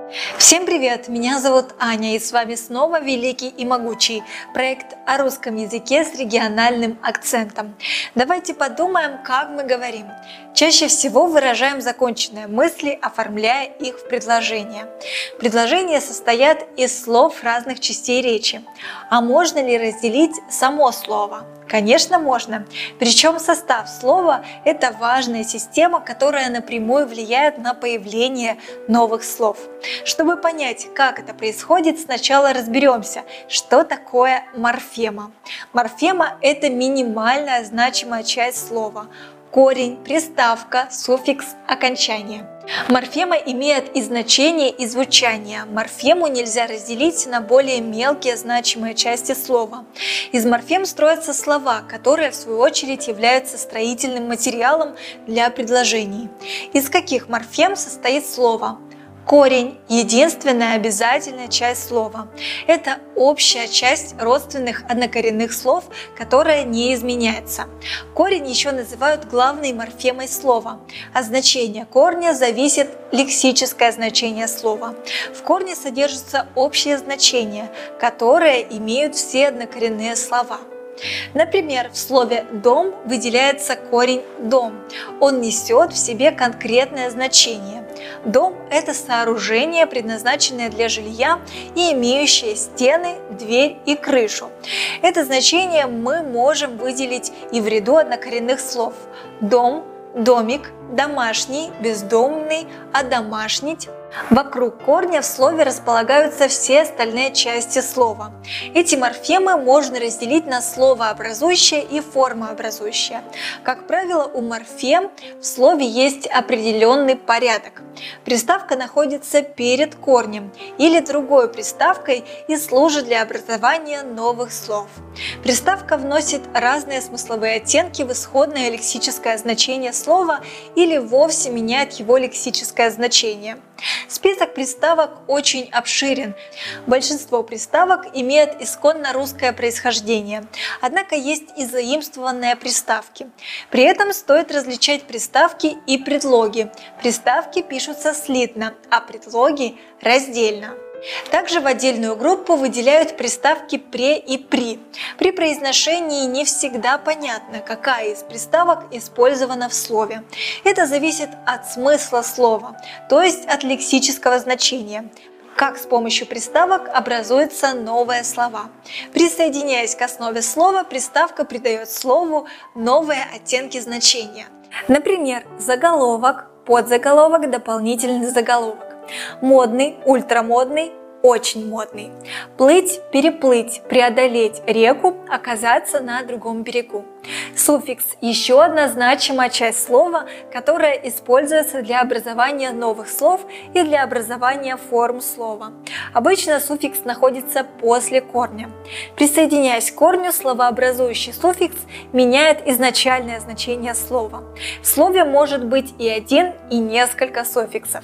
Всем привет! Меня зовут Аня, и с вами снова Великий и Могучий, проект о русском языке с региональным акцентом. Давайте подумаем, как мы говорим. Чаще всего выражаем законченные мысли, оформляя их в предложения. Предложения состоят из слов разных частей речи. А можно ли разделить само слово? Конечно, можно. Причем состав слова – это важная система, которая напрямую влияет на появление новых слов. Чтобы понять, как это происходит, сначала разберемся, что такое морфема. Морфема – это минимальная значимая часть слова. Корень, приставка, суффикс, окончание. Морфема имеет и значение, и звучание. Морфему нельзя разделить на более мелкие значимые части слова. Из морфем строятся слова, которые в свою очередь являются строительным материалом для предложений. Из каких морфем состоит слово? Корень – единственная обязательная часть слова. Это общая часть родственных однокоренных слов, которая не изменяется. Корень еще называют главной морфемой слова. От значения корня зависит лексическое значение слова. В корне содержатся общие значения, которые имеют все однокоренные слова. Например, в слове «дом» выделяется корень «дом». Он несет в себе конкретное значение. Дом – это сооружение, предназначенное для жилья и имеющее стены, дверь и крышу. Это значение мы можем выделить и в ряду однокоренных слов: дом, домик, домашний, бездомный, одомашнить. Вокруг корня в слове располагаются все остальные части слова. Эти морфемы можно разделить на словообразующие и формообразующие. Как правило, у морфем в слове есть определенный порядок. Приставка находится перед корнем или другой приставкой и служит для образования новых слов. Приставка вносит разные смысловые оттенки в исходное лексическое значение слова или вовсе меняет его лексическое значение. Список приставок очень обширен. Большинство приставок имеет исконно русское происхождение, однако есть и заимствованные приставки. При этом стоит различать приставки и предлоги. Приставки пишутся слитно, а предлоги – раздельно. Также в отдельную группу выделяют приставки «пре» и «при». При произношении не всегда понятно, какая из приставок использована в слове. Это зависит от смысла слова, то есть от лексического значения. Как с помощью приставок образуются новые слова. Присоединяясь к основе слова, приставка придает слову новые оттенки значения. Например, заголовок, подзаголовок, дополнительный заголовок. Модный, ультрамодный, очень модный. Плыть, переплыть, преодолеть реку, оказаться на другом берегу. Суффикс – еще одна значимая часть слова, которая используется для образования новых слов и для образования форм слова. Обычно суффикс находится после корня. Присоединяясь к корню, словообразующий суффикс меняет изначальное значение слова. В слове может быть и один, и несколько суффиксов.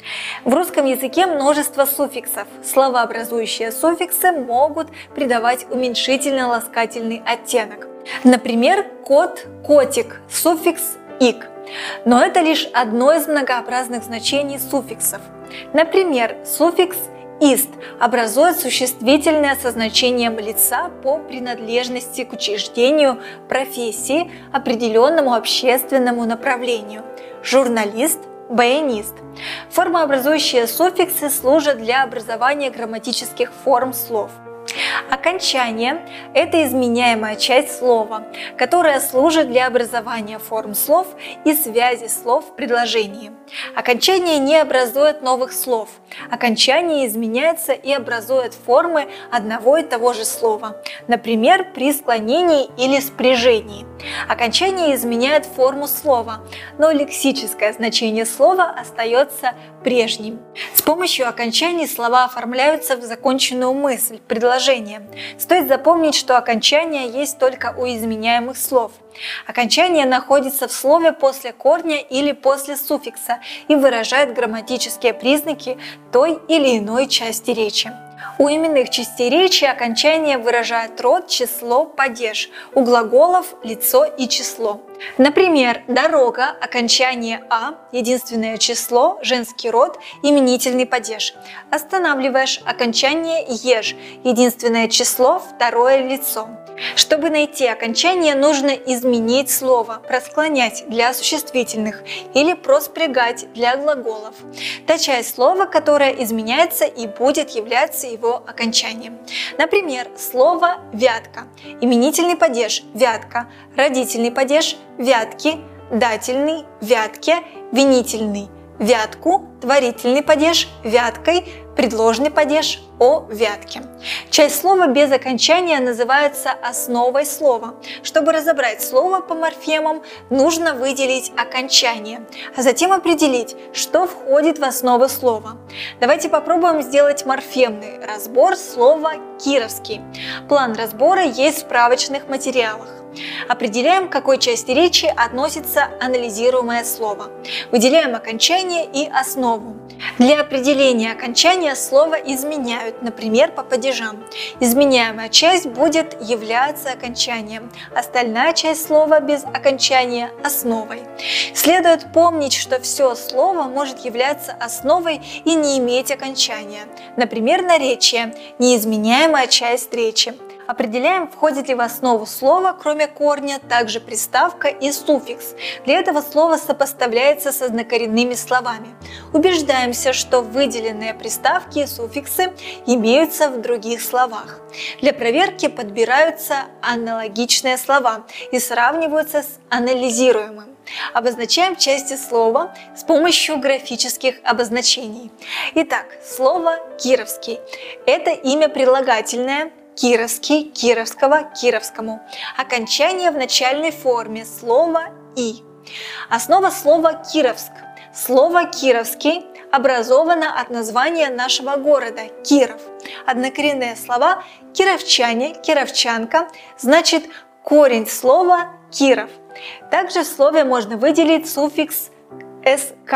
В русском языке множество суффиксов. Словообразующие суффиксы могут придавать уменьшительно-ласкательный оттенок. Например, кот, котик, суффикс «ик». Но это лишь одно из многообразных значений суффиксов. Например, суффикс «ист» образует существительное со значением лица по принадлежности к учреждению, профессии, определенному общественному направлению. Журналист, баянист. Формообразующие суффиксы служат для образования грамматических форм слов. Окончание – это изменяемая часть слова, которая служит для образования форм слов и связи слов в предложении. Окончание не образует новых слов. Окончание изменяется и образует формы одного и того же слова, например, при склонении или спряжении. Окончание изменяет форму слова, но лексическое значение слова остается прежним. С помощью окончаний слова оформляются в законченную мысль, предложение. Стоит запомнить, что окончание есть только у изменяемых слов. Окончание находится в слове после корня или после суффикса и выражает грамматические признаки той или иной части речи. У именных частей речи окончание выражает род, число, падеж, у глаголов – лицо и число. Например, дорога, окончание «а», единственное число, женский род, именительный падеж. Останавливаешь, окончание «еж», единственное число, второе лицо. Чтобы найти окончание, нужно изменить слово, просклонять для существительных или проспрягать для глаголов. Та часть слова, которая изменяется и будет являться его окончанием. Например, слово «вятка», именительный падеж «вятка», родительный падеж «вятки», дательный «вятке», винительный «вятку», творительный падеж «вяткой», предложный падеж «о вятке». Часть слова без окончания называется основой слова. Чтобы разобрать слово по морфемам, нужно выделить окончание, а затем определить, что входит в основу слова. Давайте попробуем сделать морфемный разбор слова «кировский». План разбора есть в справочных материалах. Определяем, к какой части речи относится анализируемое слово. Выделяем окончание и основу. Для определения окончания слово изменяют, например, по падежам. Изменяемая часть будет являться окончанием, остальная часть слова без окончания – основой. Следует помнить, что все слово может являться основой и не иметь окончания. Например, наречие – неизменяемая часть речи. Определяем, входит ли в основу слова, кроме корня, также приставка и суффикс. Для этого слово сопоставляется со однокоренными словами. Убеждаемся, что выделенные приставки и суффиксы имеются в других словах. Для проверки подбираются аналогичные слова и сравниваются с анализируемым. Обозначаем части слова с помощью графических обозначений. Итак, слово «кировский» – это имя прилагательное, Кировский, Кировского, Кировскому. Окончание в начальной форме слова «и». Основа слова «Кировск». Слово «Кировский» образовано от названия нашего города – Киров. Однокоренные слова «кировчане», «кировчанка» значит корень слова «Киров». Также в слове можно выделить суффикс «sk».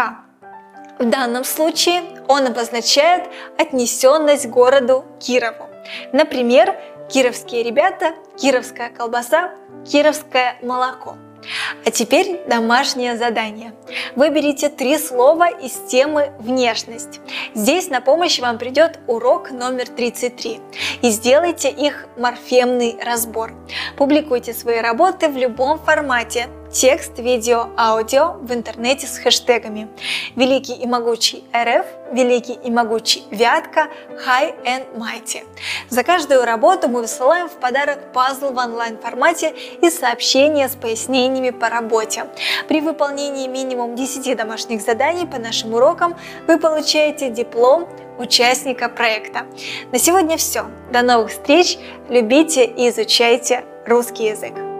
В данном случае он обозначает отнесенность к городу Кирову. Например, кировские ребята, кировская колбаса, кировское молоко. А теперь домашнее задание. Выберите 3 слова из темы «Внешность». Здесь на помощь вам придет урок номер 33. И сделайте их морфемный разбор. Публикуйте свои работы в любом формате. Текст, видео, аудио в интернете с хэштегами «Великий и могучий РФ», «Великий и могучий Вятка», «High and Mighty». За каждую работу мы высылаем в подарок пазл в онлайн-формате и сообщения с пояснениями по работе. При выполнении минимум 10 домашних заданий по нашим урокам вы получаете диплом участника проекта. На сегодня все. До новых встреч. Любите и изучайте русский язык.